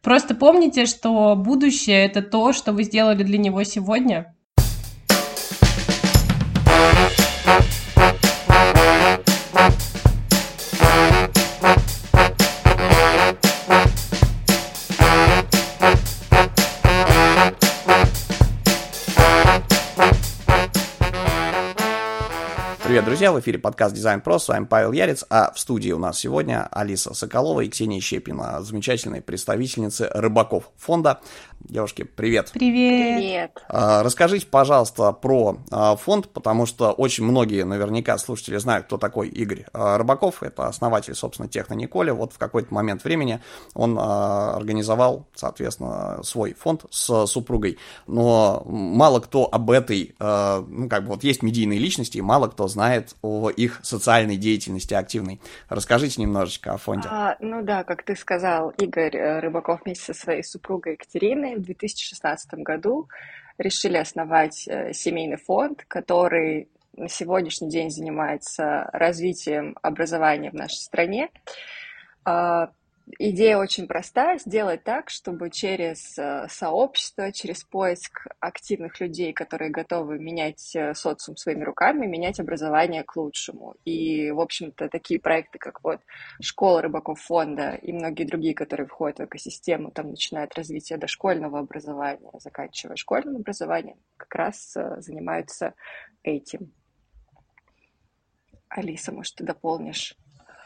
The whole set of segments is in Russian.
Просто помните, что будущее — это то, что вы сделали для него сегодня. Привет, друзья! В эфире подкаст «Дизайн Про», с вами Павел Ярец, а в студии у нас сегодня Алиса Соколова и Ксения Щепина, замечательные представительницы рыбаков фонда. Девушки, привет! Привет! Расскажите, пожалуйста, про фонд, потому что очень многие наверняка слушатели знают, кто такой Игорь Рыбаков. Это основатель, собственно, Технониколя. Вот в какой-то момент времени он организовал, соответственно, свой фонд с супругой. Но мало кто об этой, вот есть медийные личности, и мало кто знает о их социальной деятельности активной. Расскажите немножечко о фонде. Как ты сказал, Игорь Рыбаков вместе со своей супругой Екатериной в 2016 году решили основать семейный фонд, который на сегодняшний день занимается развитием образования в нашей стране. Идея очень простая — сделать так, чтобы через сообщество, через поиск активных людей, которые готовы менять социум своими руками, менять образование к лучшему. И, в общем-то, такие проекты, как вот школа рыбаков фонда и многие другие, которые входят в экосистему, там, начиная от развития дошкольного образования, заканчивая школьным образованием, как раз занимаются этим. Алиса, может, ты дополнишь?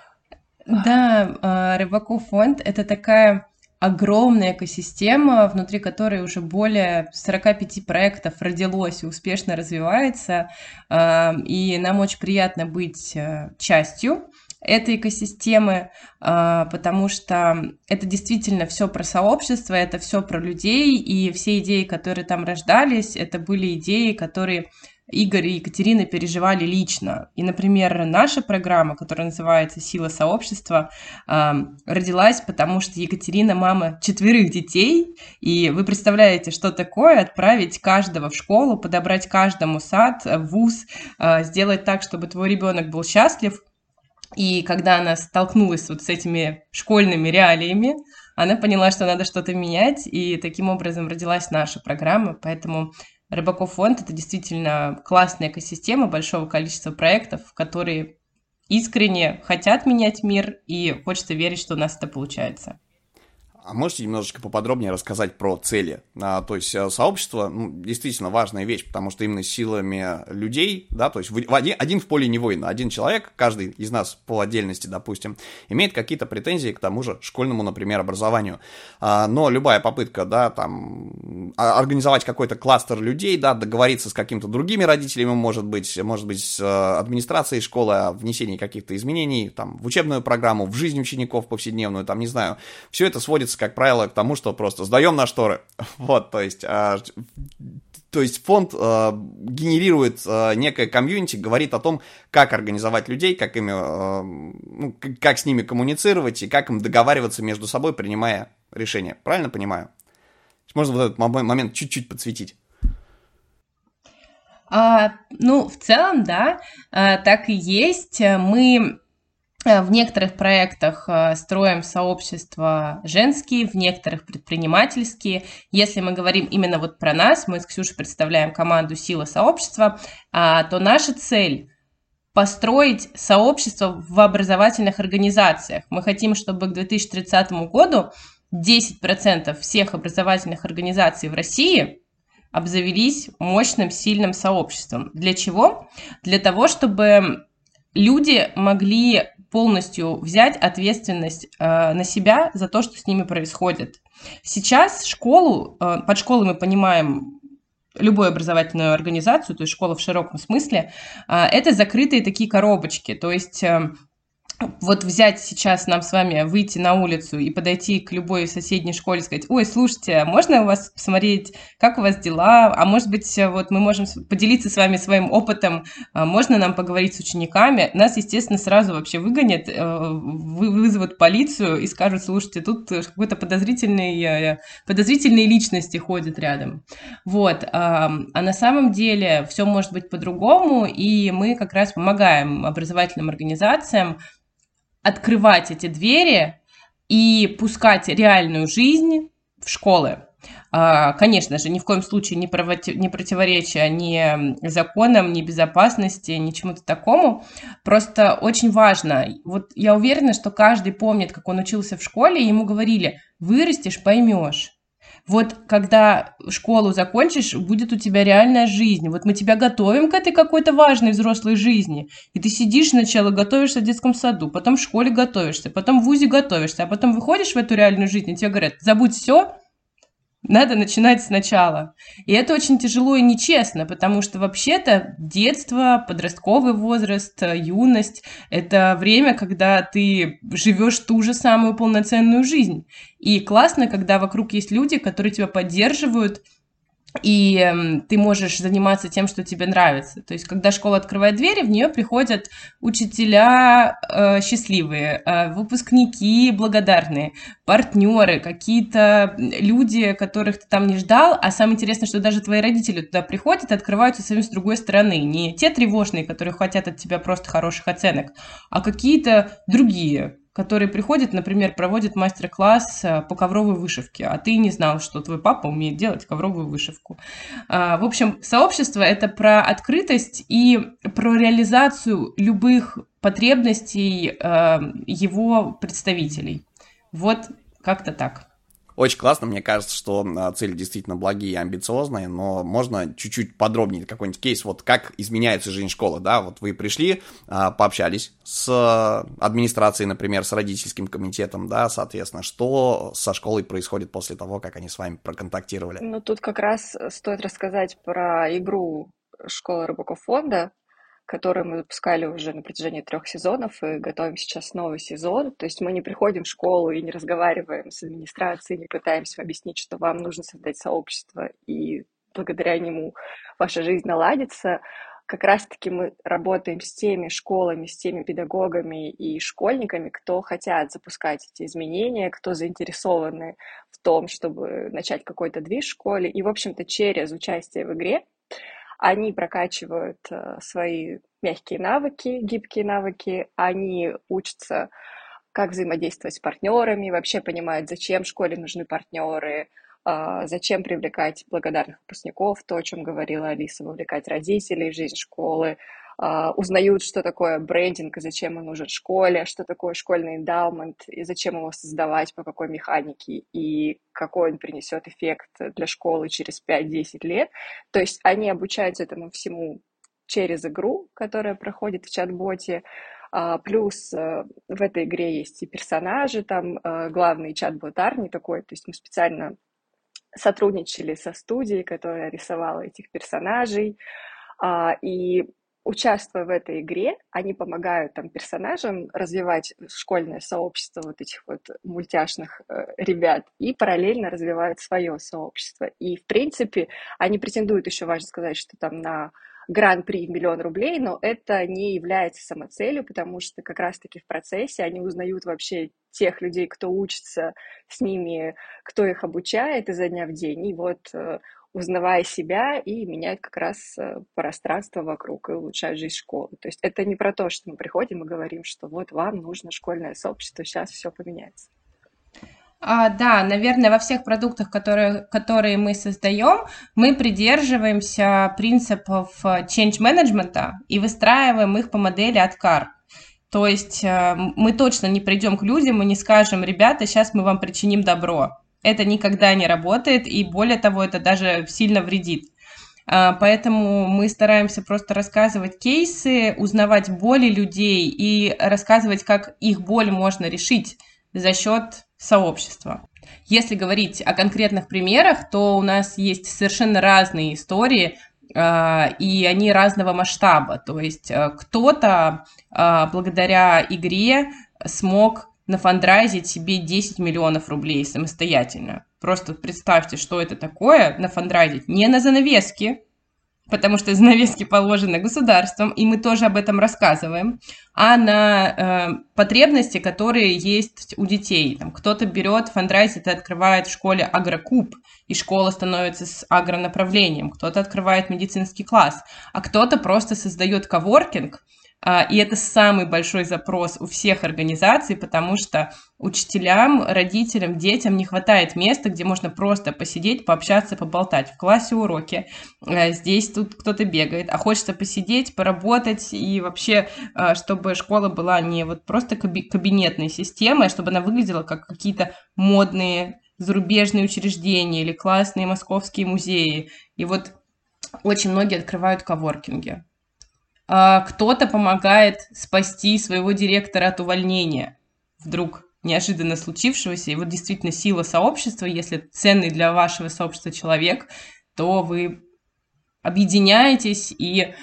Да, Рыбаков фонд — это такая огромная экосистема, внутри которой уже более 45 проектов родилось и успешно развивается, и нам очень приятно быть частью этой экосистемы, потому что это действительно все про сообщество, это все про людей, и все идеи, которые там рождались, это были идеи, которые Игорь и Екатерина переживали лично. И, например, наша программа, которая называется «Сила сообщества», родилась, потому что Екатерина мама 4 детей, и вы представляете, что такое отправить каждого в школу, подобрать каждому сад, вуз, сделать так, чтобы твой ребенок был счастлив. И когда она столкнулась вот с этими школьными реалиями, она поняла, что надо что-то менять, и таким образом родилась наша программа. Поэтому Рыбаков фонд — это действительно классная экосистема большого количества проектов, которые искренне хотят менять мир, и хочется верить, что у нас это получается. А можете немножечко поподробнее рассказать про цели? То есть сообщество действительно важная вещь, потому что именно силами людей, да, то есть один в поле не воин, один человек, каждый из нас по отдельности, допустим, имеет какие-то претензии к тому же школьному, например, образованию. Но любая попытка, да, там, организовать какой-то кластер людей, да, договориться с какими-то другими родителями, может быть, с администрацией школы о внесении каких-то изменений, там, в учебную программу, в жизнь учеников повседневную, там, не знаю, все это сводится, как правило, к тому, что просто сдаем на шторы. Вот, то есть фонд генерирует некое комьюнити, говорит о том, как организовать людей, как с ними коммуницировать и как им договариваться между собой, принимая решения. Правильно понимаю? Можно вот этот момент чуть-чуть подсветить. В целом, да, так и есть. Мы в некоторых проектах строим сообщества женские, в некоторых предпринимательские. Если мы говорим именно вот про нас, мы с Ксюшей представляем команду «Сила сообщества», то наша цель – построить сообщество в образовательных организациях. Мы хотим, чтобы к 2030 году 10% всех образовательных организаций в России обзавелись мощным, сильным сообществом. Для чего? Для того, чтобы люди могли полностью взять ответственность на себя за то, что с ними происходит. Сейчас под школой мы понимаем любую образовательную организацию, то есть школа в широком смысле, это закрытые такие коробочки, то есть вот взять сейчас нам с вами, выйти на улицу и подойти к любой соседней школе и сказать: ой, слушайте, можно у вас посмотреть, как у вас дела, а может быть, вот мы можем поделиться с вами своим опытом, можно нам поговорить с учениками, нас, естественно, сразу вообще выгонят, вызовут полицию и скажут: слушайте, тут какой-то подозрительные личности ходят рядом. Вот, а на самом деле все может быть по-другому, и мы как раз помогаем образовательным организациям открывать эти двери и пускать реальную жизнь в школы. Конечно же, ни в коем случае не противоречия ни законам, ни безопасности, ни чему-то такому. Просто очень важно. Вот я уверена, что каждый помнит, как он учился в школе, и ему говорили: вырастешь, поймешь. Вот когда школу закончишь, будет у тебя реальная жизнь. Вот мы тебя готовим к этой какой-то важной взрослой жизни. И ты сидишь сначала, готовишься в детском саду, потом в школе готовишься, потом в вузе готовишься, а потом выходишь в эту реальную жизнь, и тебе говорят: забудь все, надо начинать сначала. И это очень тяжело и нечестно, потому что вообще-то детство, подростковый возраст, юность — это время, когда ты живешь ту же самую полноценную жизнь. И классно, когда вокруг есть люди, которые тебя поддерживают, и ты можешь заниматься тем, что тебе нравится. То есть, когда школа открывает двери, в нее приходят учителя счастливые, выпускники благодарные, партнеры, какие-то люди, которых ты там не ждал. А самое интересное, что даже твои родители туда приходят и открываются совсем с другой стороны. Не те тревожные, которые хотят от тебя просто хороших оценок, а какие-то другие, которые приходят, например, проводят мастер-класс по ковровой вышивке, а ты не знал, что твой папа умеет делать ковровую вышивку. В общем, сообщество — это про открытость и про реализацию любых потребностей его представителей. Вот как-то так. Очень классно, мне кажется, что цели действительно благие и амбициозные, но можно чуть-чуть подробнее какой-нибудь кейс, вот как изменяется жизнь школы, да, вот вы пришли, пообщались с администрацией, например, с родительским комитетом, да, соответственно, что со школой происходит после того, как они с вами проконтактировали? Ну, тут как раз стоит рассказать про игру «Школа рыбаков фонда», которую мы запускали уже на протяжении 3 сезонов и готовим сейчас новый сезон. То есть мы не приходим в школу и не разговариваем с администрацией, не пытаемся объяснить, что вам нужно создать сообщество, и благодаря нему ваша жизнь наладится. Как раз-таки мы работаем с теми школами, с теми педагогами и школьниками, кто хотят запускать эти изменения, кто заинтересованы в том, чтобы начать какой-то движ в школе. И, в общем-то, через участие в игре они прокачивают свои мягкие навыки, гибкие навыки, они учатся, как взаимодействовать с партнерами, вообще понимают, зачем школе нужны партнеры, зачем привлекать благодарных выпускников, то, о чем говорила Алиса, вовлекать родителей в жизнь школы, узнают, что такое брендинг и зачем он нужен школе, что такое школьный эндаумент и зачем его создавать, по какой механике и какой он принесет эффект для школы через 5-10 лет. То есть они обучаются этому всему через игру, которая проходит в чат-боте. Плюс в этой игре есть и персонажи, там главный чат-бот Арни такой, то есть мы специально сотрудничали со студией, которая рисовала этих персонажей, и участвуя в этой игре, они помогают там персонажам развивать школьное сообщество вот этих вот мультяшных ребят и параллельно развивают свое сообщество. И, в принципе, они претендуют, еще важно сказать, что там на гран-при в 1 000 000 рублей, но это не является самоцелью, потому что как раз-таки в процессе они узнают вообще тех людей, кто учится с ними, кто их обучает изо дня в день. И вот узнавая себя, и меняют как раз пространство вокруг и улучшают жизнь школы. То есть это не про то, что мы приходим и говорим, что вот вам нужно школьное сообщество, сейчас все поменяется. Да, наверное, во всех продуктах, которые мы создаем, мы придерживаемся принципов change management и выстраиваем их по модели Откар. То есть мы точно не придем к людям и не скажем: ребята, сейчас мы вам причиним добро. Это никогда не работает, и более того, это даже сильно вредит. Поэтому мы стараемся просто рассказывать кейсы, узнавать боли людей и рассказывать, как их боль можно решить за счет сообщества. Если говорить о конкретных примерах, то у нас есть совершенно разные истории, и они разного масштаба. То есть кто-то благодаря игре смог нафандрайзить себе 10 миллионов рублей самостоятельно. Просто представьте, что это такое нафандрайзить не на занавески, потому что занавески положены государством, и мы тоже об этом рассказываем, а на потребности, которые есть у детей. Там кто-то берет, фандрайзит и открывает в школе агрокуб, и школа становится с агронаправлением, кто-то открывает медицинский класс, а кто-то просто создает коворкинг, И это самый большой запрос у всех организаций, потому что учителям, родителям, детям не хватает места, где можно просто посидеть, пообщаться, поболтать. В классе уроки, здесь тут кто-то бегает, а хочется посидеть, поработать, и вообще, чтобы школа была не вот просто кабинетной системой, а чтобы она выглядела как какие-то модные зарубежные учреждения или классные московские музеи. И вот очень многие открывают коворкинги. Кто-то помогает спасти своего директора от увольнения, вдруг неожиданно случившегося. И вот действительно сила сообщества, если ценный для вашего сообщества человек, то вы объединяетесь и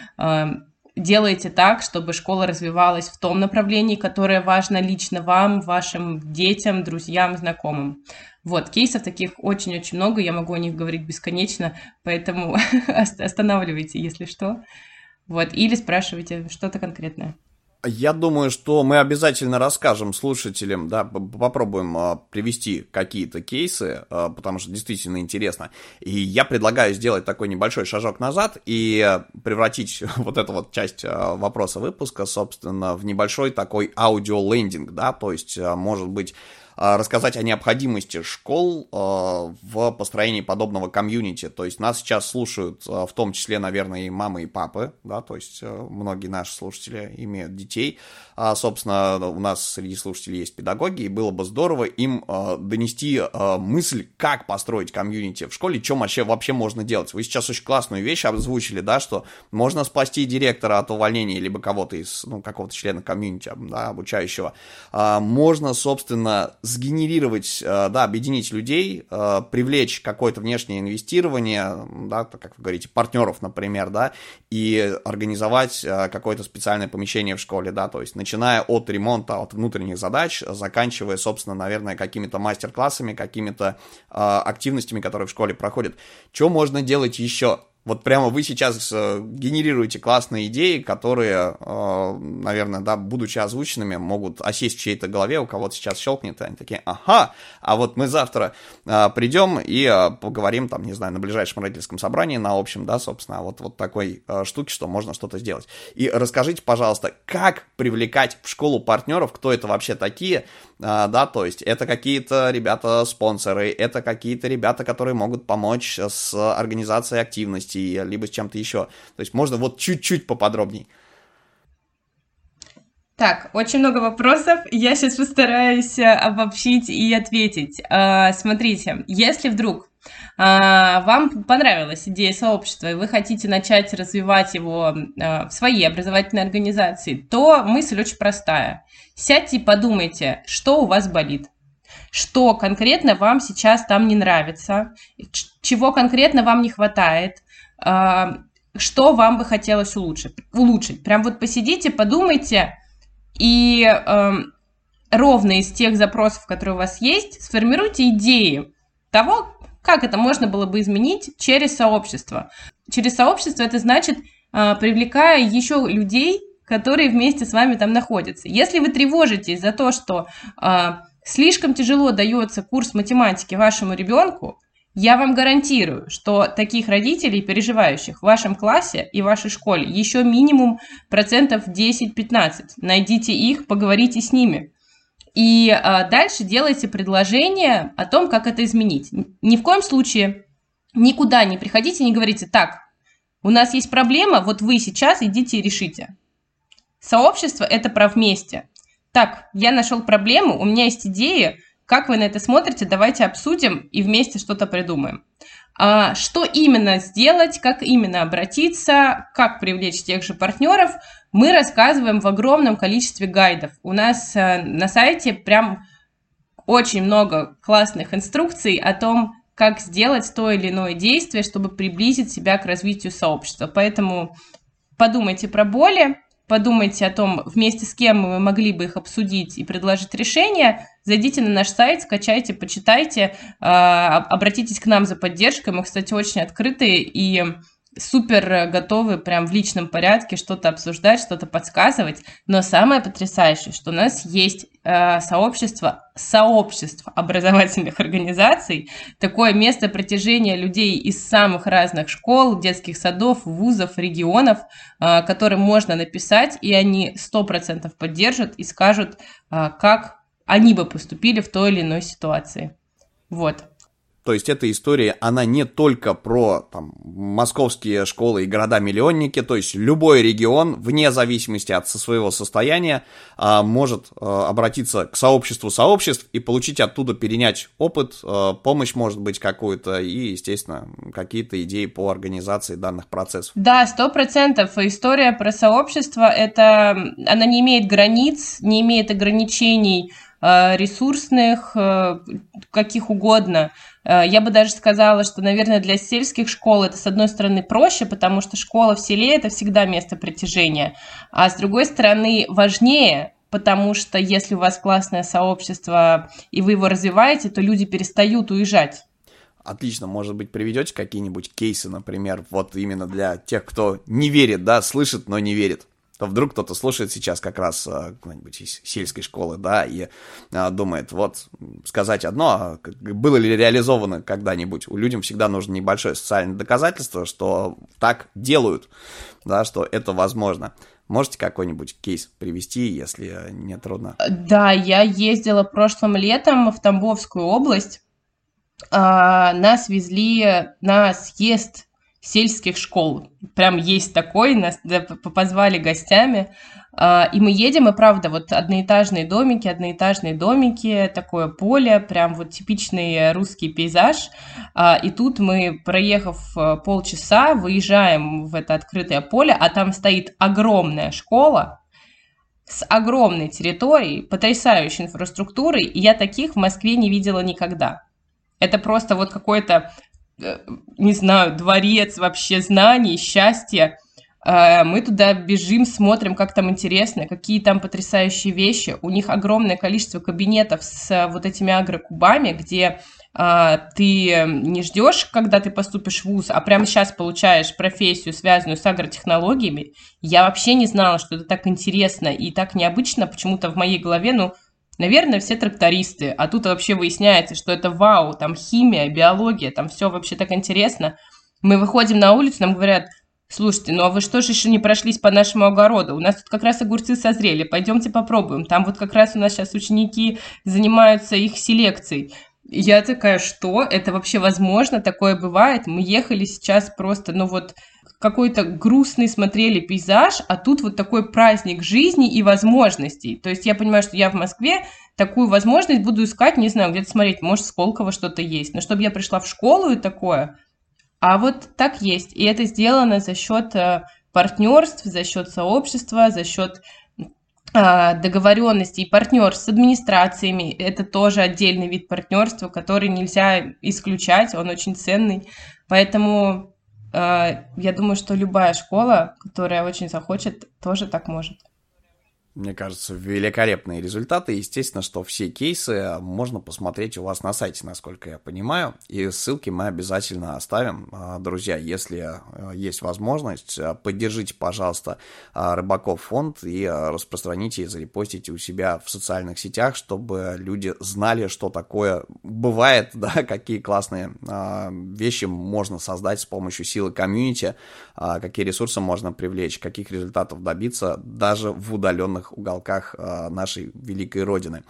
делаете так, чтобы школа развивалась в том направлении, которое важно лично вам, вашим детям, друзьям, знакомым. Вот, кейсов таких очень-очень много, я могу о них говорить бесконечно, поэтому останавливайте, если что. Вот, или спрашивайте что-то конкретное. Я думаю, что мы обязательно расскажем слушателям, да, попробуем привести какие-то кейсы, потому что действительно интересно. И я предлагаю сделать такой небольшой шажок назад и превратить вот эту вот часть вопроса выпуска, собственно, в небольшой такой аудиолендинг, да, то есть, может быть, рассказать о необходимости школ в построении подобного комьюнити. То есть нас сейчас слушают в том числе, наверное, и мамы, и папы, да, то есть многие наши слушатели имеют детей. Собственно, у нас среди слушателей есть педагоги, и было бы здорово им донести мысль, как построить комьюнити в школе, что вообще можно делать. Вы сейчас очень классную вещь озвучили, да, что можно спасти директора от увольнения, либо кого-то из, какого-то члена комьюнити, да, обучающего. Можно, собственно, сгенерировать, да, объединить людей, привлечь какое-то внешнее инвестирование, да, как вы говорите, партнеров, например, да, и организовать какое-то специальное помещение в школе, да, то есть начиная от ремонта, от внутренних задач, заканчивая, собственно, наверное, какими-то мастер-классами, какими-то активностями, которые в школе проходят. Что можно делать еще? Вот прямо вы сейчас генерируете классные идеи, которые, наверное, да, будучи озвученными, могут осесть в чьей-то голове, у кого-то сейчас щелкнет, и они такие, ага, а вот мы завтра придем и поговорим, там, не знаю, на ближайшем родительском собрании, на общем, да, собственно, вот такой штуки, что можно что-то сделать. И расскажите, пожалуйста, как привлекать в школу партнеров, кто это вообще такие, да, то есть это какие-то ребята-спонсоры, это какие-то ребята, которые могут помочь с организацией активностей, либо с чем-то еще. То есть можно вот чуть-чуть поподробнее. Так, очень много вопросов. Я сейчас постараюсь обобщить и ответить. Смотрите, если вдруг вам понравилась идея сообщества, и вы хотите начать развивать его в своей образовательной организации, то мысль очень простая. Сядьте и подумайте, что у вас болит, что конкретно вам сейчас там не нравится, чего конкретно вам не хватает, что вам бы хотелось улучшить. Прям вот посидите, подумайте, и ровно из тех запросов, которые у вас есть, сформируйте идеи того, как это можно было бы изменить через сообщество. Через сообщество это значит, привлекая еще людей, которые вместе с вами там находятся. Если вы тревожитесь за то, что слишком тяжело дается курс математики вашему ребенку, я вам гарантирую, что таких родителей, переживающих в вашем классе и в вашей школе, еще минимум 10-15%. Найдите их, поговорите с ними. И дальше делайте предложение о том, как это изменить. Ни в коем случае никуда не приходите, не говорите, так, у нас есть проблема, вот вы сейчас идите и решите. Сообщество – это про вместе. Так, я нашел проблему, у меня есть идеи, как вы на это смотрите, давайте обсудим и вместе что-то придумаем. Что именно сделать, как именно обратиться, как привлечь тех же партнеров, мы рассказываем в огромном количестве гайдов. У нас на сайте прям очень много классных инструкций о том, как сделать то или иное действие, чтобы приблизить себя к развитию сообщества. Поэтому подумайте про боли, подумайте о том, вместе с кем мы могли бы их обсудить и предложить решение. Зайдите на наш сайт, скачайте, почитайте, обратитесь к нам за поддержкой. Мы, кстати, очень открытые и супер готовы прям в личном порядке что-то обсуждать, что-то подсказывать. Но самое потрясающее, что у нас есть сообщество образовательных организаций, такое место притяжения людей из самых разных школ, детских садов, вузов, регионов, которым можно написать, и они 100% поддержат и скажут, как они бы поступили в той или иной ситуации. Вот. То есть эта история, она не только про там, московские школы и города-миллионники, то есть любой регион, вне зависимости от своего состояния, может обратиться к сообществу сообществ и получить оттуда, перенять опыт, помощь, может быть, какую-то и, естественно, какие-то идеи по организации данных процессов. Да, 100%. История про сообщество, она не имеет границ, не имеет ограничений ресурсных, каких угодно. Я бы даже сказала, что, наверное, для сельских школ это, с одной стороны, проще, потому что школа в селе – это всегда место притяжения, а с другой стороны, важнее, потому что если у вас классное сообщество и вы его развиваете, то люди перестают уезжать. Отлично, может быть, приведете какие-нибудь кейсы, например, вот именно для тех, кто не верит, да, слышит, но не верит. То вдруг кто-то слушает сейчас как раз какой-нибудь из сельской школы, да, и думает, вот, сказать одно, было ли реализовано когда-нибудь. У людям всегда нужно небольшое социальное доказательство, что так делают, да, что это возможно. Можете какой-нибудь кейс привести, если не трудно? Да, я ездила прошлым летом в Тамбовскую область, нас везли на съезд сельских школ. Прям есть такой, нас позвали гостями. И мы едем, и правда, вот одноэтажные домики, такое поле, прям вот типичный русский пейзаж. И тут мы, проехав полчаса, выезжаем в это открытое поле, а там стоит огромная школа с огромной территорией, потрясающей инфраструктурой, и я таких в Москве не видела никогда. Это просто вот какой-то, не знаю, дворец вообще знаний, счастья. Мы туда бежим, смотрим, как там интересно, какие там потрясающие вещи. У них огромное количество кабинетов с вот этими агрокубами, где ты не ждешь, когда ты поступишь в вуз, а прямо сейчас получаешь профессию, связанную с агротехнологиями. Я вообще не знала, что это так интересно и так необычно. Почему-то в моей голове, наверное, все трактористы, а тут вообще выясняется, что это вау, там химия, биология, там все вообще так интересно. Мы выходим на улицу, нам говорят: слушайте, а вы что же еще не прошлись по нашему огороду? У нас тут как раз огурцы созрели, пойдемте попробуем. Там вот как раз у нас сейчас ученики занимаются их селекцией. Я такая, что? Это вообще возможно? Такое бывает? Мы ехали сейчас просто, какой-то грустный смотрели пейзаж, а тут вот такой праздник жизни и возможностей. То есть я понимаю, что я в Москве такую возможность буду искать, не знаю, где-то смотреть, может, в Сколково что-то есть. Но чтобы я пришла в школу и такое, а вот так есть. И это сделано за счет партнерств, за счет сообщества, за счет договоренностей и партнерств с администрациями. Это тоже отдельный вид партнерства, который нельзя исключать, он очень ценный. Поэтому я думаю, что любая школа, которая очень захочет, тоже так может. Мне кажется, великолепные результаты. Естественно, что все кейсы можно посмотреть у вас на сайте, насколько я понимаю. И ссылки мы обязательно оставим. Друзья, если есть возможность, поддержите, пожалуйста, Рыбаков фонд и распространите и зарепостите у себя в социальных сетях, чтобы люди знали, что такое бывает, да, какие классные вещи можно создать с помощью силы комьюнити, какие ресурсы можно привлечь, каких результатов добиться даже в удаленных уголках нашей великой родины.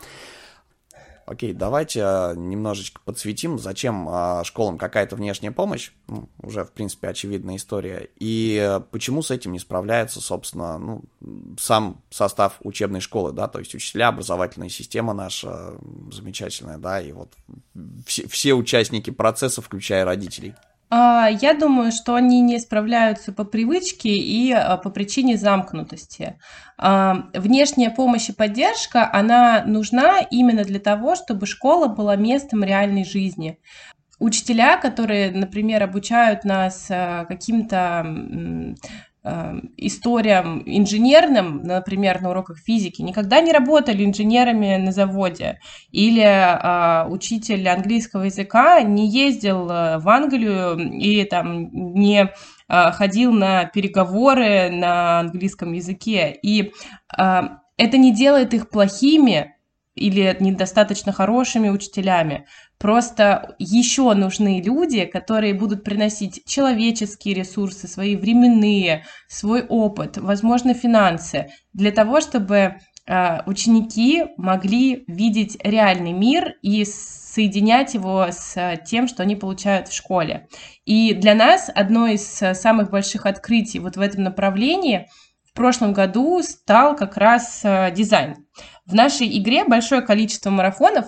Окей, давайте немножечко подсветим, зачем школам какая-то внешняя помощь, уже, в принципе, очевидная история, и почему с этим не справляется, собственно, сам состав учебной школы, да, то есть учителя, образовательная система наша замечательная, да, и вот все участники процесса, включая родителей. Я думаю, что они не справляются по привычке и по причине замкнутости. Внешняя помощь и поддержка, она нужна именно для того, чтобы школа была местом реальной жизни. Учителя, которые, например, обучают нас каким-то историям инженерным, например, на уроках физики, никогда не работали инженерами на заводе, или учитель английского языка не ездил в Англию и там не ходил на переговоры на английском языке. И это не делает их плохими или недостаточно хорошими учителями. Просто еще нужны люди, которые будут приносить человеческие ресурсы, свои временные, свой опыт, возможно, финансы, для того, чтобы ученики могли видеть реальный мир и соединять его с тем, что они получают в школе. И для нас одно из самых больших открытий вот в этом направлении в прошлом году стал как раз дизайн. В нашей игре большое количество марафонов,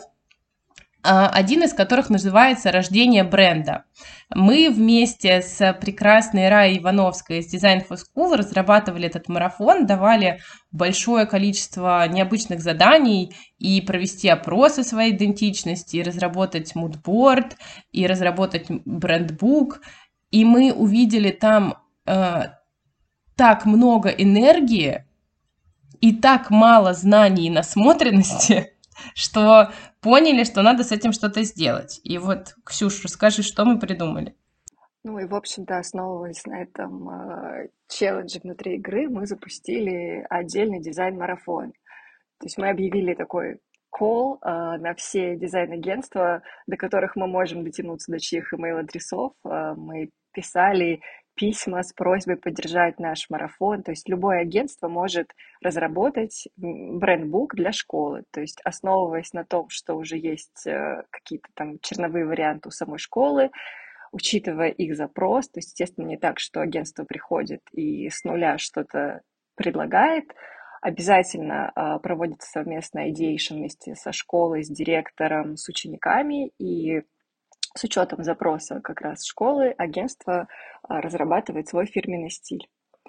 один из которых называется «Рождение бренда». Мы вместе с прекрасной Раей Ивановской из Design for School разрабатывали этот марафон, давали большое количество необычных заданий и провести опросы своей идентичности, и разработать мудборд, и разработать брендбук. И мы увидели там так много энергии и так мало знаний и насмотренности, что поняли, что надо с этим что-то сделать. И вот, Ксюш, расскажи, что мы придумали. Ну и, в общем-то, основываясь на этом челлендже внутри игры, мы запустили отдельный дизайн-марафон. То есть мы объявили такой call на все дизайн-агентства, до которых мы можем дотянуться, до чьих email-адресов. Мы писали письма с просьбой поддержать наш марафон. То есть любое агентство может разработать брендбук для школы. То есть основываясь на том, что уже есть какие-то там черновые варианты у самой школы, учитывая их запрос, то есть, естественно, не так, что агентство приходит и с нуля что-то предлагает, обязательно проводится совместная идеишн вместе со школой, с директором, с учениками, и с учетом запроса как раз школы агентство разрабатывает свой фирменный стиль.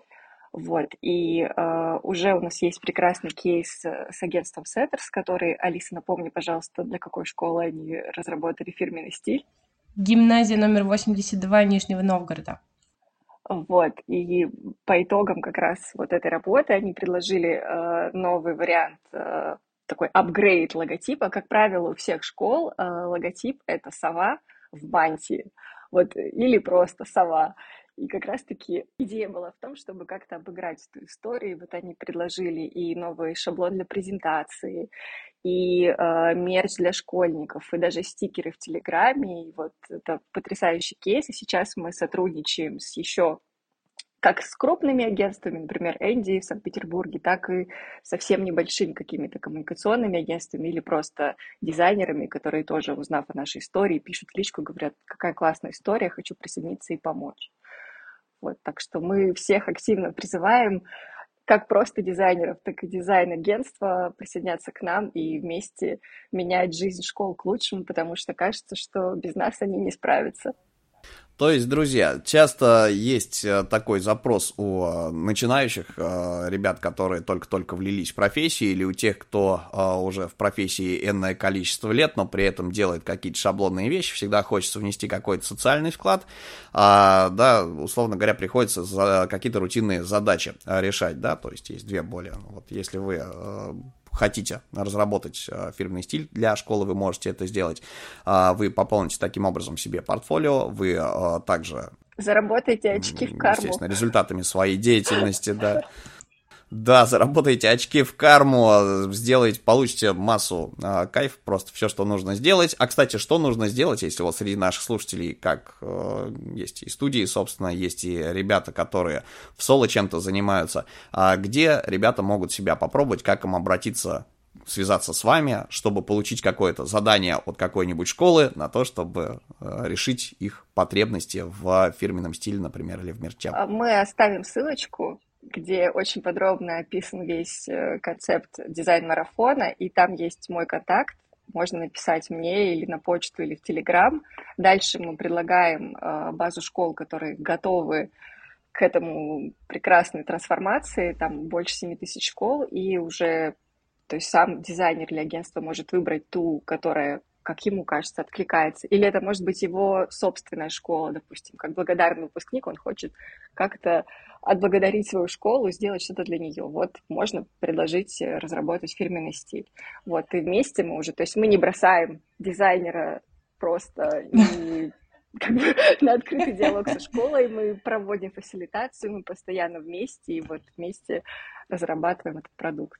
Вот, и уже у нас есть прекрасный кейс с агентством Setters, который, Алиса, напомни, пожалуйста, для какой школы они разработали фирменный стиль. Гимназия номер 82 Нижнего Новгорода. Вот, и по итогам как раз вот этой работы они предложили новый вариант, такой апгрейд логотипа. Как правило, у всех школ логотип — это сова в мантии, вот, или просто сова. И как раз-таки идея была в том, чтобы как-то обыграть эту историю. Вот они предложили и новый шаблон для презентации, и мерч для школьников, и даже стикеры в Телеграме. И вот это потрясающий кейс. И сейчас мы сотрудничаем с еще как с крупными агентствами, например, Энди в Санкт-Петербурге, так и совсем небольшими какими-то коммуникационными агентствами или просто дизайнерами, которые тоже, узнав о нашей истории, пишут в личку, говорят, какая классная история, хочу присоединиться и помочь. Вот, так что мы всех активно призываем, как просто дизайнеров, так и дизайн-агентства, присоединяться к нам и вместе менять жизнь школ к лучшему, потому что кажется, что без нас они не справятся. То есть, друзья, часто есть такой запрос у начинающих ребят, которые только-только влились в профессию, или у тех, кто уже в профессии энное количество лет, но при этом делает какие-то шаблонные вещи, всегда хочется внести какой-то социальный вклад, да, условно говоря, приходится за какие-то рутинные задачи решать, да, то есть есть две боли. Вот если вы хотите разработать фирменный стиль для школы, вы можете это сделать. Вы пополните таким образом себе портфолио, вы также заработаете очки в карму. Естественно, результатами своей деятельности, да. Да, заработаете очки в карму, сделаете, получите массу кайф, просто все, что нужно сделать. А, кстати, что нужно сделать, если вот среди наших слушателей, как есть и студии, собственно, есть и ребята, которые в соло чем-то занимаются, где ребята могут себя попробовать, как им обратиться, связаться с вами, чтобы получить какое-то задание от какой-нибудь школы на то, чтобы решить их потребности в фирменном стиле, например, или в мерчах. Мы оставим ссылочку, где очень подробно описан весь концепт дизайн-марафона, и там есть мой контакт. Можно написать мне или на почту, или в Телеграм. Дальше мы предлагаем базу школ, которые готовы к этому прекрасной трансформации. Там больше 7 тысяч школ, и уже, то есть сам дизайнер или агентство может выбрать ту, которая как ему кажется, откликается. Или это может быть его собственная школа, допустим, как благодарный выпускник, он хочет как-то отблагодарить свою школу, сделать что-то для нее. Вот можно предложить разработать фирменный стиль. Вот, и вместе мы уже, то есть мы не бросаем дизайнера просто и как бы на открытый диалог со школой, мы проводим фасилитацию, мы постоянно вместе, и вот вместе разрабатываем этот продукт.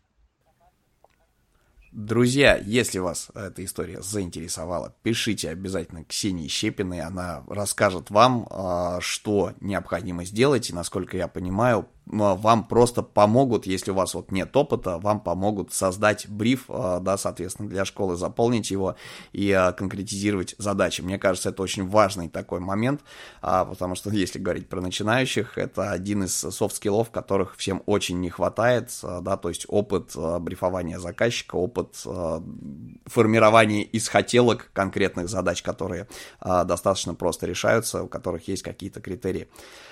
Друзья, если вас эта история заинтересовала, пишите обязательно Ксении Щепиной, она расскажет вам, что необходимо сделать, и, насколько я понимаю, вам просто помогут, если у вас вот нет опыта, вам помогут создать бриф, да, соответственно, для школы, заполнить его и конкретизировать задачи. Мне кажется, это очень важный такой момент, потому что, если говорить про начинающих, это один из софт-скиллов, которых всем очень не хватает, да, то есть опыт брифования заказчика, опыт формирования из хотелок конкретных задач, которые достаточно просто решаются, у которых есть какие-то критерии.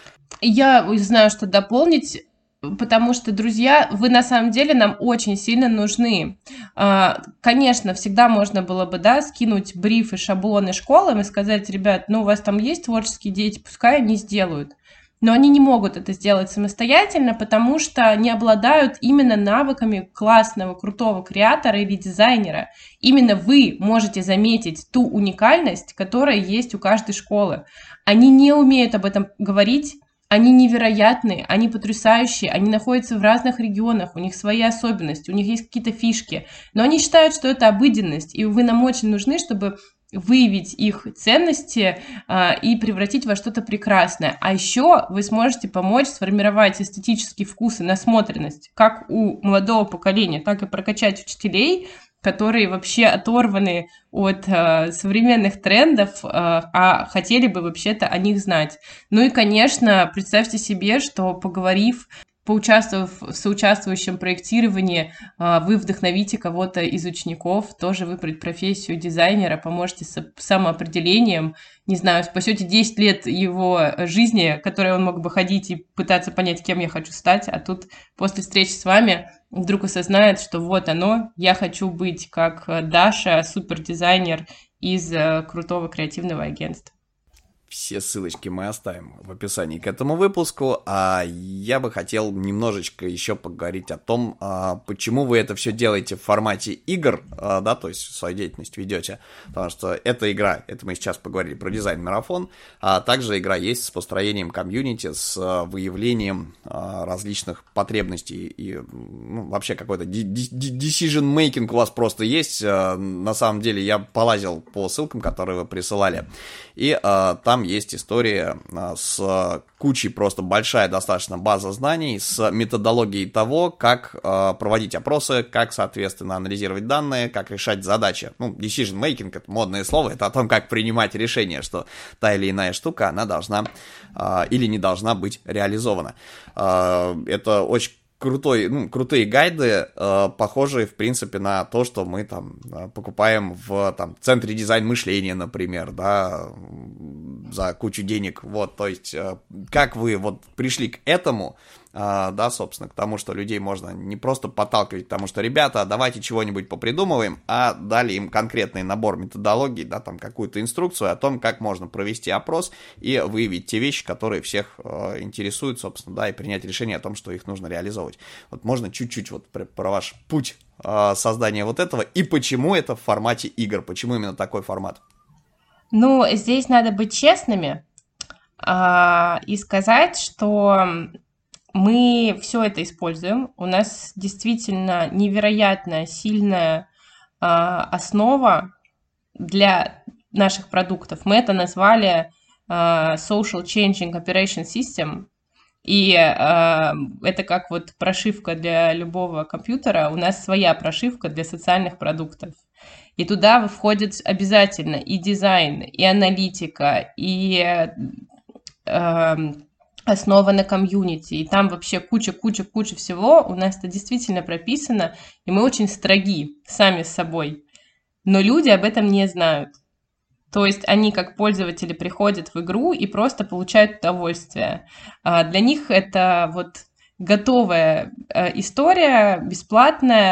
Я знаю, что дополнить, потому что, друзья, вы на самом деле нам очень сильно нужны. Конечно, всегда можно было бы, да, скинуть брифы, шаблоны школам и сказать: ребят, ну у вас там есть творческие дети, пускай они сделают. Но они не могут это сделать самостоятельно, потому что не обладают именно навыками классного, крутого креатора или дизайнера. Именно вы можете заметить ту уникальность, которая есть у каждой школы. Они не умеют об этом говорить, они невероятные, они потрясающие, они находятся в разных регионах, у них свои особенности, у них есть какие-то фишки, но они считают, что это обыденность, и вы нам очень нужны, чтобы выявить их ценности и превратить во что-то прекрасное. А еще вы сможете помочь сформировать эстетический вкус и насмотренность как у молодого поколения, так и прокачать учителей, которые вообще оторваны от современных трендов, а хотели бы вообще-то о них знать. Ну и, конечно, представьте себе, что, поговорив, поучаствовав в соучаствующем проектировании, вы вдохновите кого-то из учеников тоже выбрать профессию дизайнера, поможете с самоопределением, не знаю, спасете 10 лет его жизни, которые он мог бы ходить и пытаться понять, кем я хочу стать, а тут после встречи с вами вдруг осознает, что вот оно, я хочу быть как Даша, супердизайнер из крутого креативного агентства. Все ссылочки мы оставим в описании к этому выпуску, а я бы хотел немножечко еще поговорить о том, почему вы это все делаете в формате игр, да, то есть свою деятельность ведете, потому что эта игра, это мы сейчас поговорили про дизайн-марафон, а также игра есть с построением комьюнити, с выявлением различных потребностей и вообще какой-то decision-making у вас просто есть. На самом деле я полазил по ссылкам, которые вы присылали, и там есть история с кучей, просто большая достаточно база знаний, с методологией того, как проводить опросы, как, соответственно, анализировать данные, как решать задачи. Ну, decision making — это модное слово, это о том, как принимать решение, что та или иная штука, она должна или не должна быть реализована. Это очень крутые гайды, похожие, в принципе, на то, что мы там покупаем в центре дизайн-мышления, например, да, за кучу денег. Вот, то есть, как вы вот пришли к этому, да, собственно, к тому, что людей можно не просто подталкивать, потому что, ребята, давайте чего-нибудь попридумываем, а дали им конкретный набор методологий, да, там какую-то инструкцию о том, как можно провести опрос и выявить те вещи, которые всех интересуют, собственно, да, и принять решение о том, что их нужно реализовывать. Вот можно чуть-чуть вот про ваш путь создания вот этого и почему это в формате игр, почему именно такой формат? Ну, здесь надо быть честными и сказать, что мы все это используем. У нас действительно невероятно сильная основа для наших продуктов. Мы это назвали Social Changing Operation System. И это как вот прошивка для любого компьютера. У нас своя прошивка для социальных продуктов. И туда входит обязательно и дизайн, и аналитика, и основа на комьюнити, и там вообще куча всего, у нас это действительно прописано, и мы очень строги сами с собой, но люди об этом не знают. То есть они как пользователи приходят в игру и просто получают удовольствие. Для них это вот готовая история, бесплатная,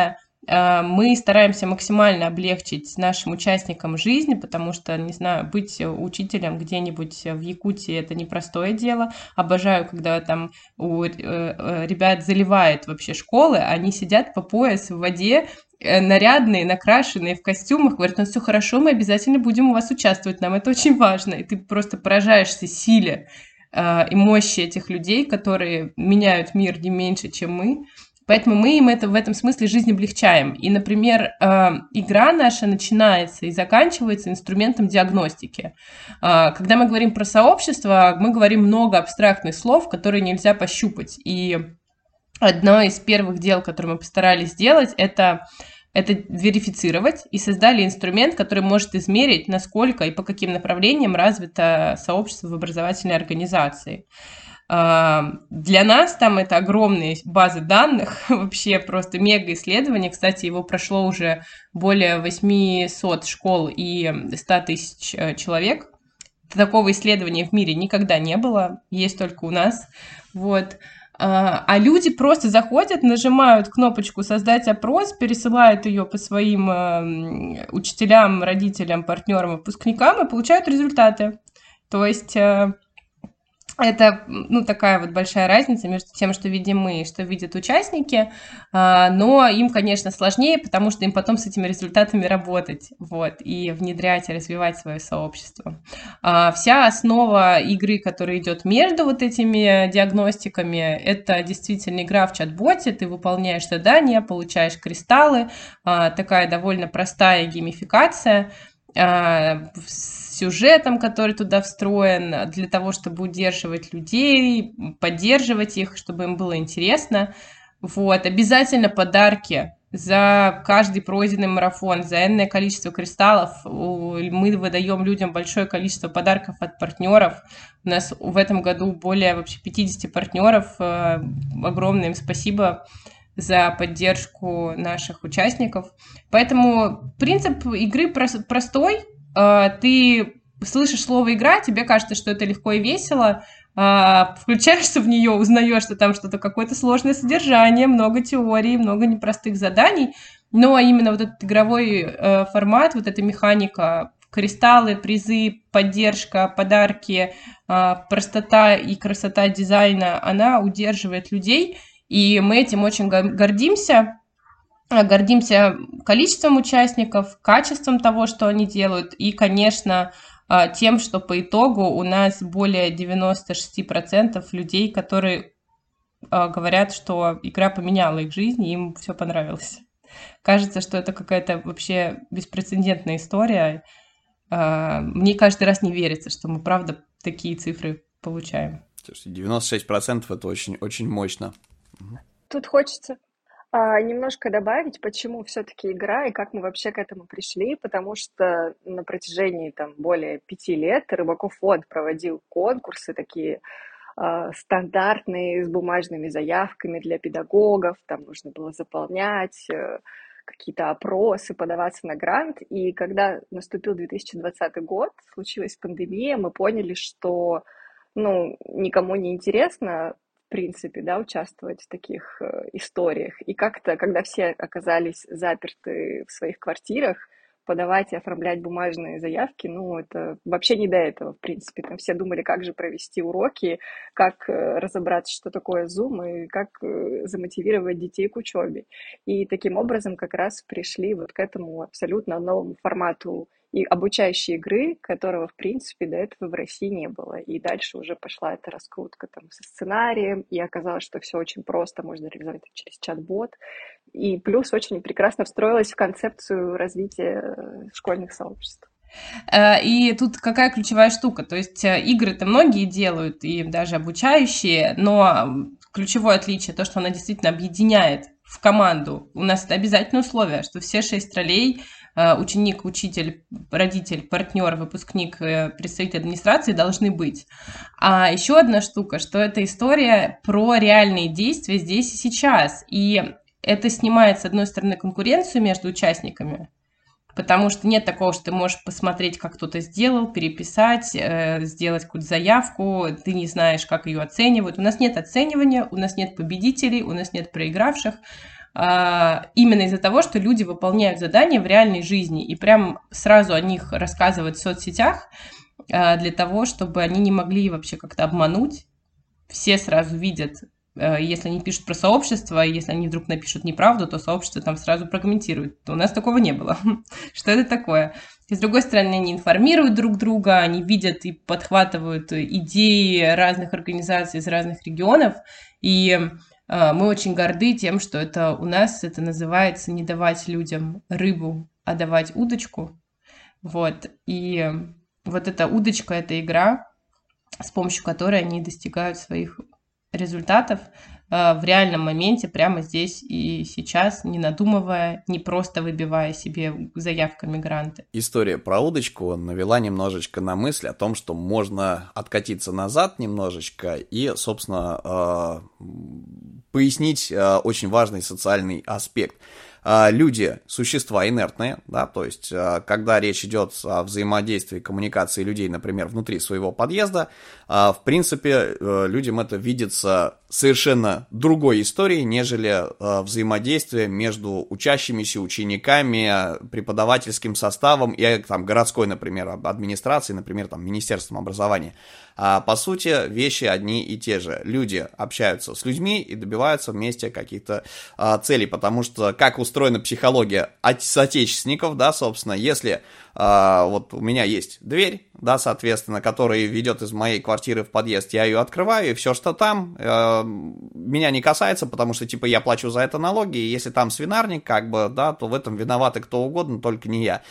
Мы стараемся максимально облегчить нашим участникам жизнь, потому что, не знаю, быть учителем где-нибудь в Якутии – это непростое дело. Обожаю, когда там у ребят заливает вообще школы, они сидят по пояс в воде, нарядные, накрашенные в костюмах, говорят, ну все хорошо, мы обязательно будем у вас участвовать, нам это очень важно. И ты просто поражаешься силе и мощи этих людей, которые меняют мир не меньше, чем мы. Поэтому мы им это в этом смысле жизнь облегчаем. И, например, игра наша начинается и заканчивается инструментом диагностики. Когда мы говорим про сообщество, мы говорим много абстрактных слов, которые нельзя пощупать. И одно из первых дел, которые мы постарались сделать, это верифицировать, и создали инструмент, который может измерить, насколько и по каким направлениям развито сообщество в образовательной организации. Для нас там это огромные базы данных, вообще просто мега-исследование. Кстати, его прошло уже более 800 школ и 100 тысяч человек. Такого исследования в мире никогда не было, есть только у нас. Вот. А люди просто заходят, нажимают кнопочку «Создать опрос», пересылают ее по своим учителям, родителям, партнерам, выпускникам и получают результаты. То есть это, такая вот большая разница между тем, что видим мы и что видят участники, но им, конечно, сложнее, потому что им потом с этими результатами работать, вот, и внедрять, и развивать свое сообщество. Вся основа игры, которая идет между вот этими диагностиками, это действительно игра в чат-боте, ты выполняешь задания, получаешь кристаллы, такая довольно простая геймификация, с сюжетом, который туда встроен, для того, чтобы удерживать людей, поддерживать их, чтобы им было интересно. Вот. Обязательно подарки за каждый пройденный марафон, за энное количество кристаллов. Мы выдаем людям большое количество подарков от партнеров. У нас в этом году более вообще 50 партнеров. Огромное им спасибо за поддержку наших участников. Поэтому принцип игры простой. Ты слышишь слово «игра», тебе кажется, что это легко и весело, включаешься в нее, узнаешь, что там что-то, какое-то сложное содержание, много теорий, много непростых заданий, но именно вот этот игровой формат, вот эта механика, кристаллы, призы, поддержка, подарки, простота и красота дизайна, она удерживает людей, и мы этим очень гордимся. Гордимся количеством участников, качеством того, что они делают, и, конечно, тем, что по итогу у нас более 96% людей, которые говорят, что игра поменяла их жизнь, и им все понравилось. Кажется, что это какая-то вообще беспрецедентная история. Мне каждый раз не верится, что мы, правда, такие цифры получаем. 96% это очень, очень мощно. Тут хочется немножко добавить, почему все-таки игра и как мы вообще к этому пришли, потому что на протяжении более 5 лет Рыбаков фонд проводил конкурсы такие стандартные с бумажными заявками для педагогов, там нужно было заполнять какие-то опросы, подаваться на грант, и когда наступил 2020 год, случилась пандемия, мы поняли, что никому не интересно, в принципе, участвовать в таких историях. И как-то, когда все оказались заперты в своих квартирах, подавать и оформлять бумажные заявки, это вообще не до этого, в принципе. Там все думали, как же провести уроки, как разобраться, что такое Zoom, и как замотивировать детей к учебе. И таким образом как раз пришли вот к этому абсолютно новому формату и обучающей игры, которого, в принципе, до этого в России не было. И дальше уже пошла эта раскрутка со сценарием, и оказалось, что все очень просто, можно реализовать через чат-бот. И плюс очень прекрасно встроилась в концепцию развития школьных сообществ. И тут какая ключевая штука? То есть игры-то многие делают, и даже обучающие, но ключевое отличие то, что она действительно объединяет в команду. У нас это обязательное условие, что все 6 ролей ученик, учитель, родитель, партнер, выпускник, представитель администрации должны быть. А еще одна штука, что это история про реальные действия здесь и сейчас. И это снимает, с одной стороны, конкуренцию между участниками, потому что нет такого, что ты можешь посмотреть, как кто-то сделал, переписать, сделать какую-то заявку, ты не знаешь, как ее оценивают. У нас нет оценивания, у нас нет победителей, у нас нет проигравших. именно из-за того, что люди выполняют задания в реальной жизни и прям сразу о них рассказывать в соцсетях, для того, чтобы они не могли вообще как-то обмануть. Все сразу видят, если они пишут про сообщество, если они вдруг напишут неправду, то сообщество там сразу прокомментирует. У нас такого не было. Что это такое? И с другой стороны, они информируют друг друга, они видят и подхватывают идеи разных организаций из разных регионов. И мы очень горды тем, что это у нас это называется не давать людям рыбу, а давать удочку. Вот. И вот эта удочка, эта игра, с помощью которой они достигают своих результатов в реальном моменте, прямо здесь и сейчас, не надумывая, не просто выбивая себе заявками гранты. История про удочку навела немножечко на мысль о том, что можно откатиться назад немножечко и, собственно, пояснить очень важный социальный аспект. Люди – существа инертные, да, то есть, когда речь идет о взаимодействии, коммуникации людей, например, внутри своего подъезда, в принципе, людям это видится совершенно другой историей, нежели взаимодействие между учащимися, учениками, преподавательским составом и там, городской, например, администрацией, например, там, Министерством образования. По сути, вещи одни и те же. Люди общаются с людьми и добиваются вместе каких-то целей, потому что как устроена психология соотечественников, да, собственно, если вот у меня есть дверь, да, соответственно, которая ведет из моей квартиры в подъезд, я ее открываю, и все, что там, меня не касается, потому что, типа, я плачу за это налоги, и если там свинарник, как бы, да, то в этом виноваты кто угодно, только не я.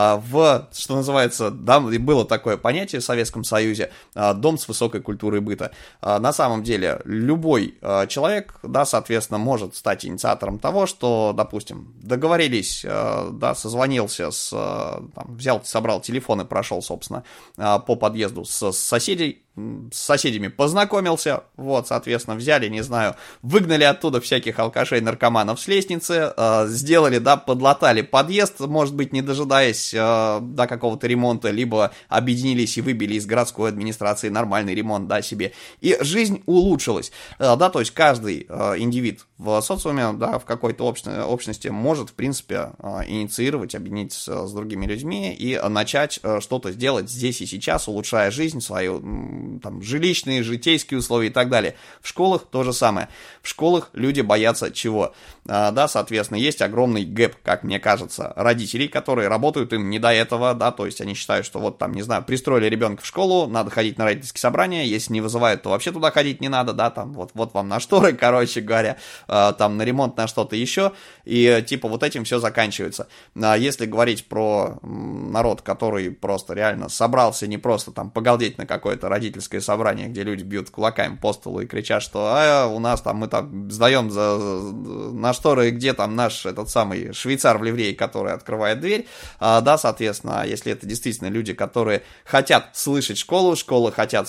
Что называется, да, было такое понятие в Советском Союзе, дом с высокой культурой быта. На самом деле, любой человек, да, соответственно, может стать инициатором того, что, допустим, договорились, да, созвонился собрал телефон и прошел, собственно, по подъезду с соседями познакомился, вот, соответственно, взяли, не знаю, выгнали оттуда всяких алкашей, наркоманов с лестницы, сделали, да, подлатали подъезд, может быть, не дожидаясь, да, какого-то ремонта, либо объединились и выбили из городской администрации нормальный ремонт, да, себе, и жизнь улучшилась, да, то есть каждый индивид в социуме, да, в какой-то общности может, в принципе, инициировать, объединиться с другими людьми и начать что-то сделать здесь и сейчас, улучшая жизнь свою, там, жилищные, житейские условия и так далее. В школах то же самое. В школах люди боятся чего? Да, соответственно, есть огромный гэп, как мне кажется, родителей, которые работают им не до этого, да, то есть они считают, что вот там, не знаю, пристроили ребенка в школу, надо ходить на родительские собрания, если не вызывают, то вообще туда ходить не надо, да, там, вот вам на шторы, короче говоря, там, на ремонт, на что-то еще, и, типа, вот этим все заканчивается. Если говорить про народ, который просто реально собрался не просто там погалдеть на какое-то родительское собрание, где люди бьют кулаками по столу и кричат, что у нас там, мы там сдаем на шторы, где там наш этот самый швейцар в ливрее, который открывает дверь, да, соответственно, если это действительно люди, которые хотят слышать школу, школа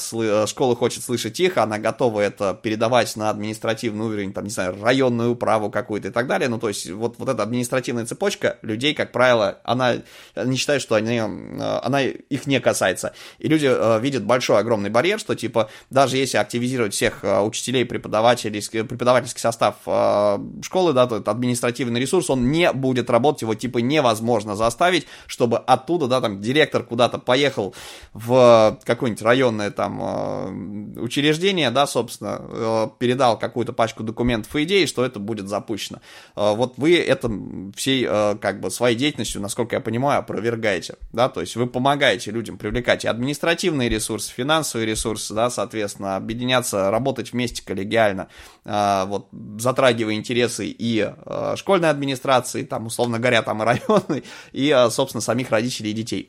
хочет слышать их, она готова это передавать на административный уровень, там, не знаю, районную управу какую-то и так далее, ну, то есть, вот эта административная цепочка людей, как правило, она не считает, что она их не касается, и люди видят большой, огромный барьер, что, типа, даже если активизировать всех учителей, преподавательский состав школы, да, то административный ресурс, он не будет работать, его, типа, невозможно заставить, чтобы оттуда, да, там, директор куда-то поехал в какое-нибудь районное, там, учреждение, да, собственно, передал какую-то пачку документов и идей, что это будет запущено. Вот вы это всей, как бы, своей деятельностью, насколько я понимаю, опровергаете, да, то есть вы помогаете людям привлекать и административные ресурсы, финансовые ресурсы, да, соответственно, объединяться, работать вместе коллегиально, вот, затрагивая интересы и школьной администрации, там, условно говоря, там, и районной, и, собственно, самих родителей и детей.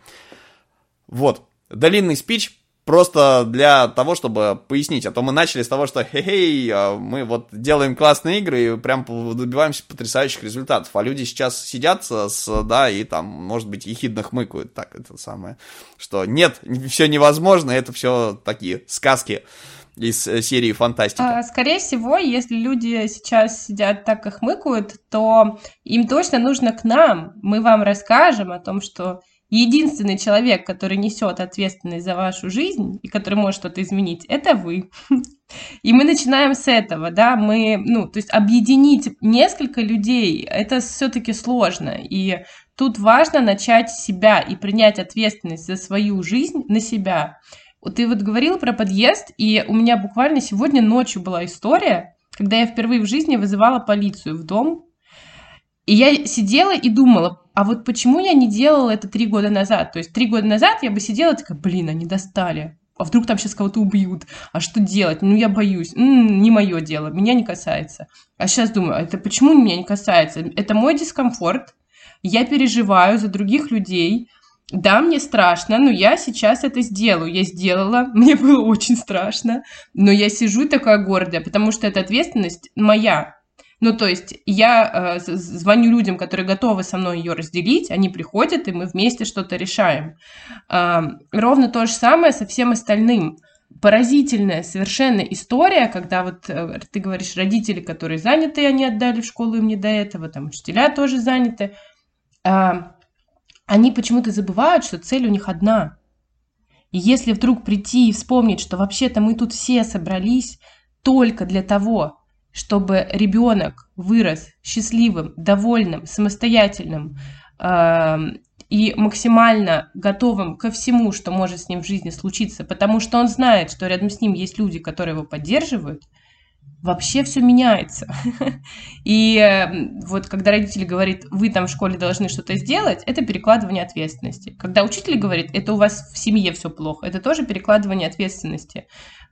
Вот, длинный спич, просто для того, чтобы пояснить, а то мы начали с того, что хей, мы вот делаем классные игры и прям добиваемся потрясающих результатов, а люди сейчас сидят да, и там, может быть, ехидно хмыкают, так, это самое, что нет, все невозможно, это все такие сказки из серии фантастика. Скорее всего, если люди сейчас сидят так и хмыкают, то им точно нужно к нам, мы вам расскажем о том, что единственный человек, который несет ответственность за вашу жизнь и который может что-то изменить, это вы. И мы начинаем с этого, да, то есть объединить несколько людей, это все-таки сложно, и тут важно начать с себя и принять ответственность за свою жизнь на себя. Ты вот говорил про подъезд, и у меня буквально сегодня ночью была история, когда я впервые в жизни вызывала полицию в дом, и я сидела и думала, а вот почему я не делала это 3 года назад? То есть 3 года назад я бы сидела такая, блин, они достали. А вдруг там сейчас кого-то убьют? А что делать? Ну, я боюсь. Не мое дело, меня не касается. А сейчас думаю, это почему меня не касается? Это мой дискомфорт. Я переживаю за других людей. Да, мне страшно, но я сейчас это сделаю. Я сделала, мне было очень страшно, но я сижу такая гордая, потому что эта ответственность моя. Ну, то есть я звоню людям, которые готовы со мной ее разделить, они приходят, и мы вместе что-то решаем. Ровно то же самое со всем остальным. Поразительная совершенно история, когда вот ты говоришь, родители, которые заняты, они отдали в школу, им не до этого, там учителя тоже заняты. Они почему-то забывают, что цель у них одна. И если вдруг прийти и вспомнить, что вообще-то мы тут все собрались только для того, чтобы ребенок вырос счастливым, довольным, самостоятельным и максимально готовым ко всему, что может с ним в жизни случиться, потому что он знает, что рядом с ним есть люди, которые его поддерживают, вообще все меняется. И вот когда родители говорят, вы там в школе должны что-то сделать, это перекладывание ответственности. Когда учитель говорит, это у вас в семье все плохо, это тоже перекладывание ответственности.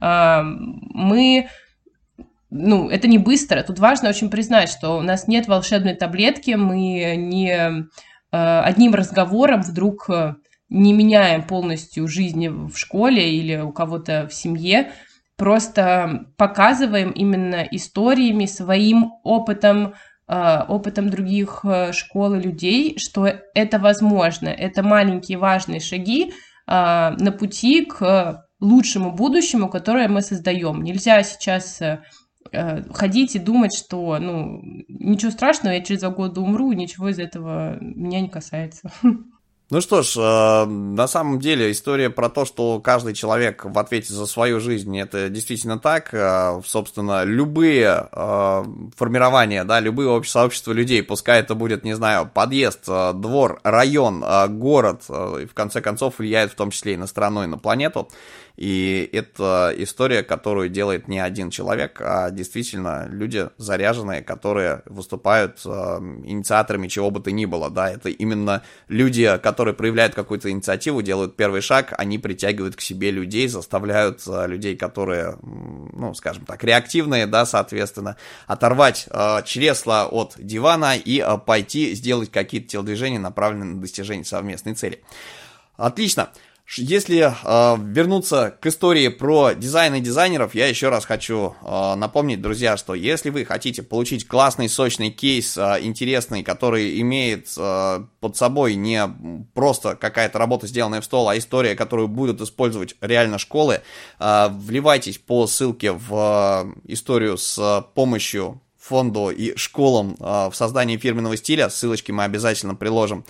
Это не быстро. Тут важно очень признать, что у нас нет волшебной таблетки, мы не одним разговором вдруг не меняем полностью жизни в школе или у кого-то в семье, просто показываем именно историями, своим опытом, опытом других школ и людей, что это возможно. Это маленькие важные шаги на пути к лучшему будущему, которое мы создаем. Нельзя сейчас ходить и думать, что ничего страшного, я через 2 года умру, и ничего из этого меня не касается. Ну что ж, на самом деле история про то, что каждый человек в ответе за свою жизнь, это действительно так. Собственно, любые формирования, да, любые сообщества людей, пускай это будет, не знаю, подъезд, двор, район, город, и в конце концов влияет в том числе и на страну, и на планету. И это история, которую делает не один человек, а действительно люди заряженные, которые выступают инициаторами чего бы то ни было, да, это именно люди, которые проявляют какую-то инициативу, делают первый шаг, они притягивают к себе людей, заставляют людей, которые, скажем так, реактивные, да, соответственно, оторвать чресла от дивана и пойти сделать какие-то телодвижения, направленные на достижение совместной цели. Отлично. Если вернуться к истории про дизайн и дизайнеров, я еще раз хочу напомнить, друзья, что если вы хотите получить классный, сочный кейс, интересный, который имеет под собой не просто какая-то работа, сделанная в стол, а история, которую будут использовать реально школы, вливайтесь по ссылке в историю с помощью фонду и школам в создании фирменного стиля, ссылочки мы обязательно приложим.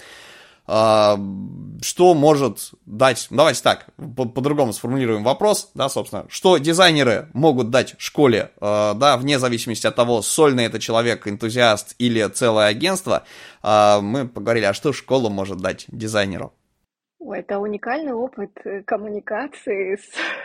Что может дать, давайте так, по-другому сформулируем вопрос, да, собственно, что дизайнеры могут дать школе, да, вне зависимости от того, сольный это человек, энтузиаст или целое агентство, мы поговорили, а что школа может дать дизайнеру? Это уникальный опыт коммуникации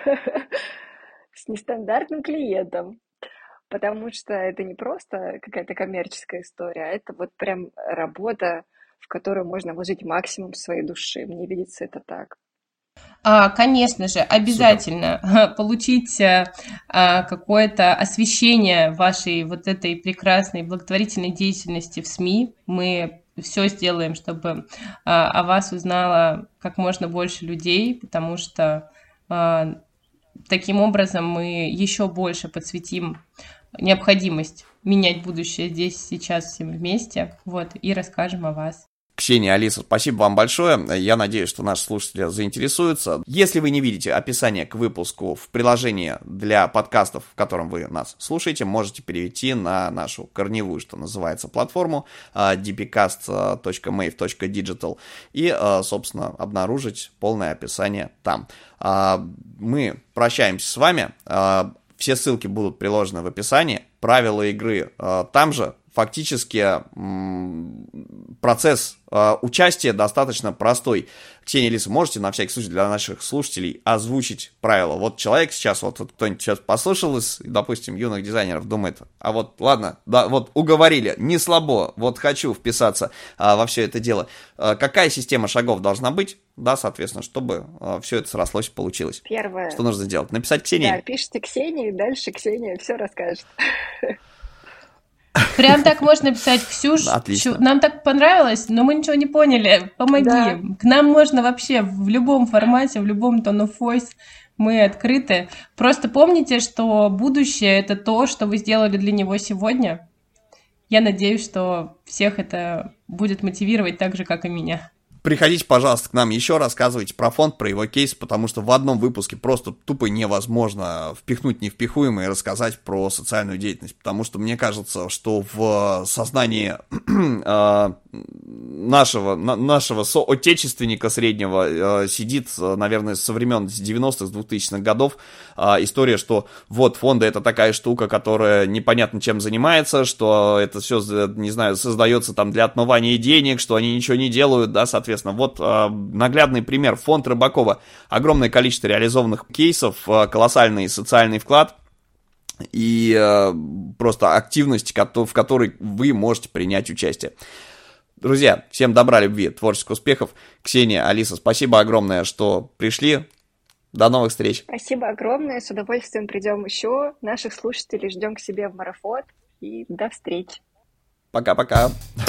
с нестандартным клиентом, потому что это не просто какая-то коммерческая история, а это вот прям работа, в которую можно вложить максимум своей души. Мне видится это так. Конечно же, обязательно Супер. Получить какое-то освещение вашей вот этой прекрасной благотворительной деятельности в СМИ. Мы все сделаем, чтобы о вас узнало как можно больше людей, потому что таким образом мы еще больше подсветим необходимость менять будущее здесь, сейчас, всем вместе, и расскажем о вас. Ксения, Алиса, спасибо вам большое. Я надеюсь, что наши слушатели заинтересуются. Если вы не видите описание к выпуску в приложении для подкастов, в котором вы нас слушаете, можете перейти на нашу корневую, что называется, платформу dpcast.mave.digital и, собственно, обнаружить полное описание там. Мы прощаемся с вами. все ссылки будут приложены в описании, правила игры там же. Фактически процесс участия достаточно простой. Ксения, Лиса, можете на всякий случай для наших слушателей озвучить правила? Вот человек сейчас, вот кто-нибудь сейчас послушал из, допустим, юных дизайнеров, думает, а вот ладно, да, вот уговорили, не слабо, вот хочу вписаться во все это дело. Какая система шагов должна быть, да, соответственно, чтобы все это срослось и получилось? Первое. Что нужно сделать? Написать Ксении? Да, пишите Ксении, дальше Ксения все расскажет. Прям так можно писать, Ксюш, Отлично. Нам так понравилось, но мы ничего не поняли, помоги. Да. К нам можно вообще в любом формате, в любом tone of voice, мы открыты. Просто помните, что будущее – это то, что вы сделали для него сегодня. Я надеюсь, что всех это будет мотивировать так же, как и меня. Приходите, пожалуйста, к нам еще, рассказывайте про фонд, про его кейс, потому что в одном выпуске просто тупо невозможно впихнуть невпихуемое и рассказать про социальную деятельность, потому что мне кажется, что в сознании нашего соотечественника среднего сидит, наверное, со времен 90-х, 2000-х годов история, что вот фонды — это такая штука, которая непонятно чем занимается, что это все, не знаю, создается там для отмывания денег, что они ничего не делают, да, соответственно. Вот наглядный пример. Фонд Рыбакова. Огромное количество реализованных кейсов, колоссальный социальный вклад и просто активность, в которой вы можете принять участие. Друзья, всем добра, любви, творческих успехов. Ксения, Алиса, спасибо огромное, что пришли. До новых встреч. Спасибо огромное. С удовольствием придем еще. Наших слушателей ждем к себе в марафон. И до встречи. Пока-пока.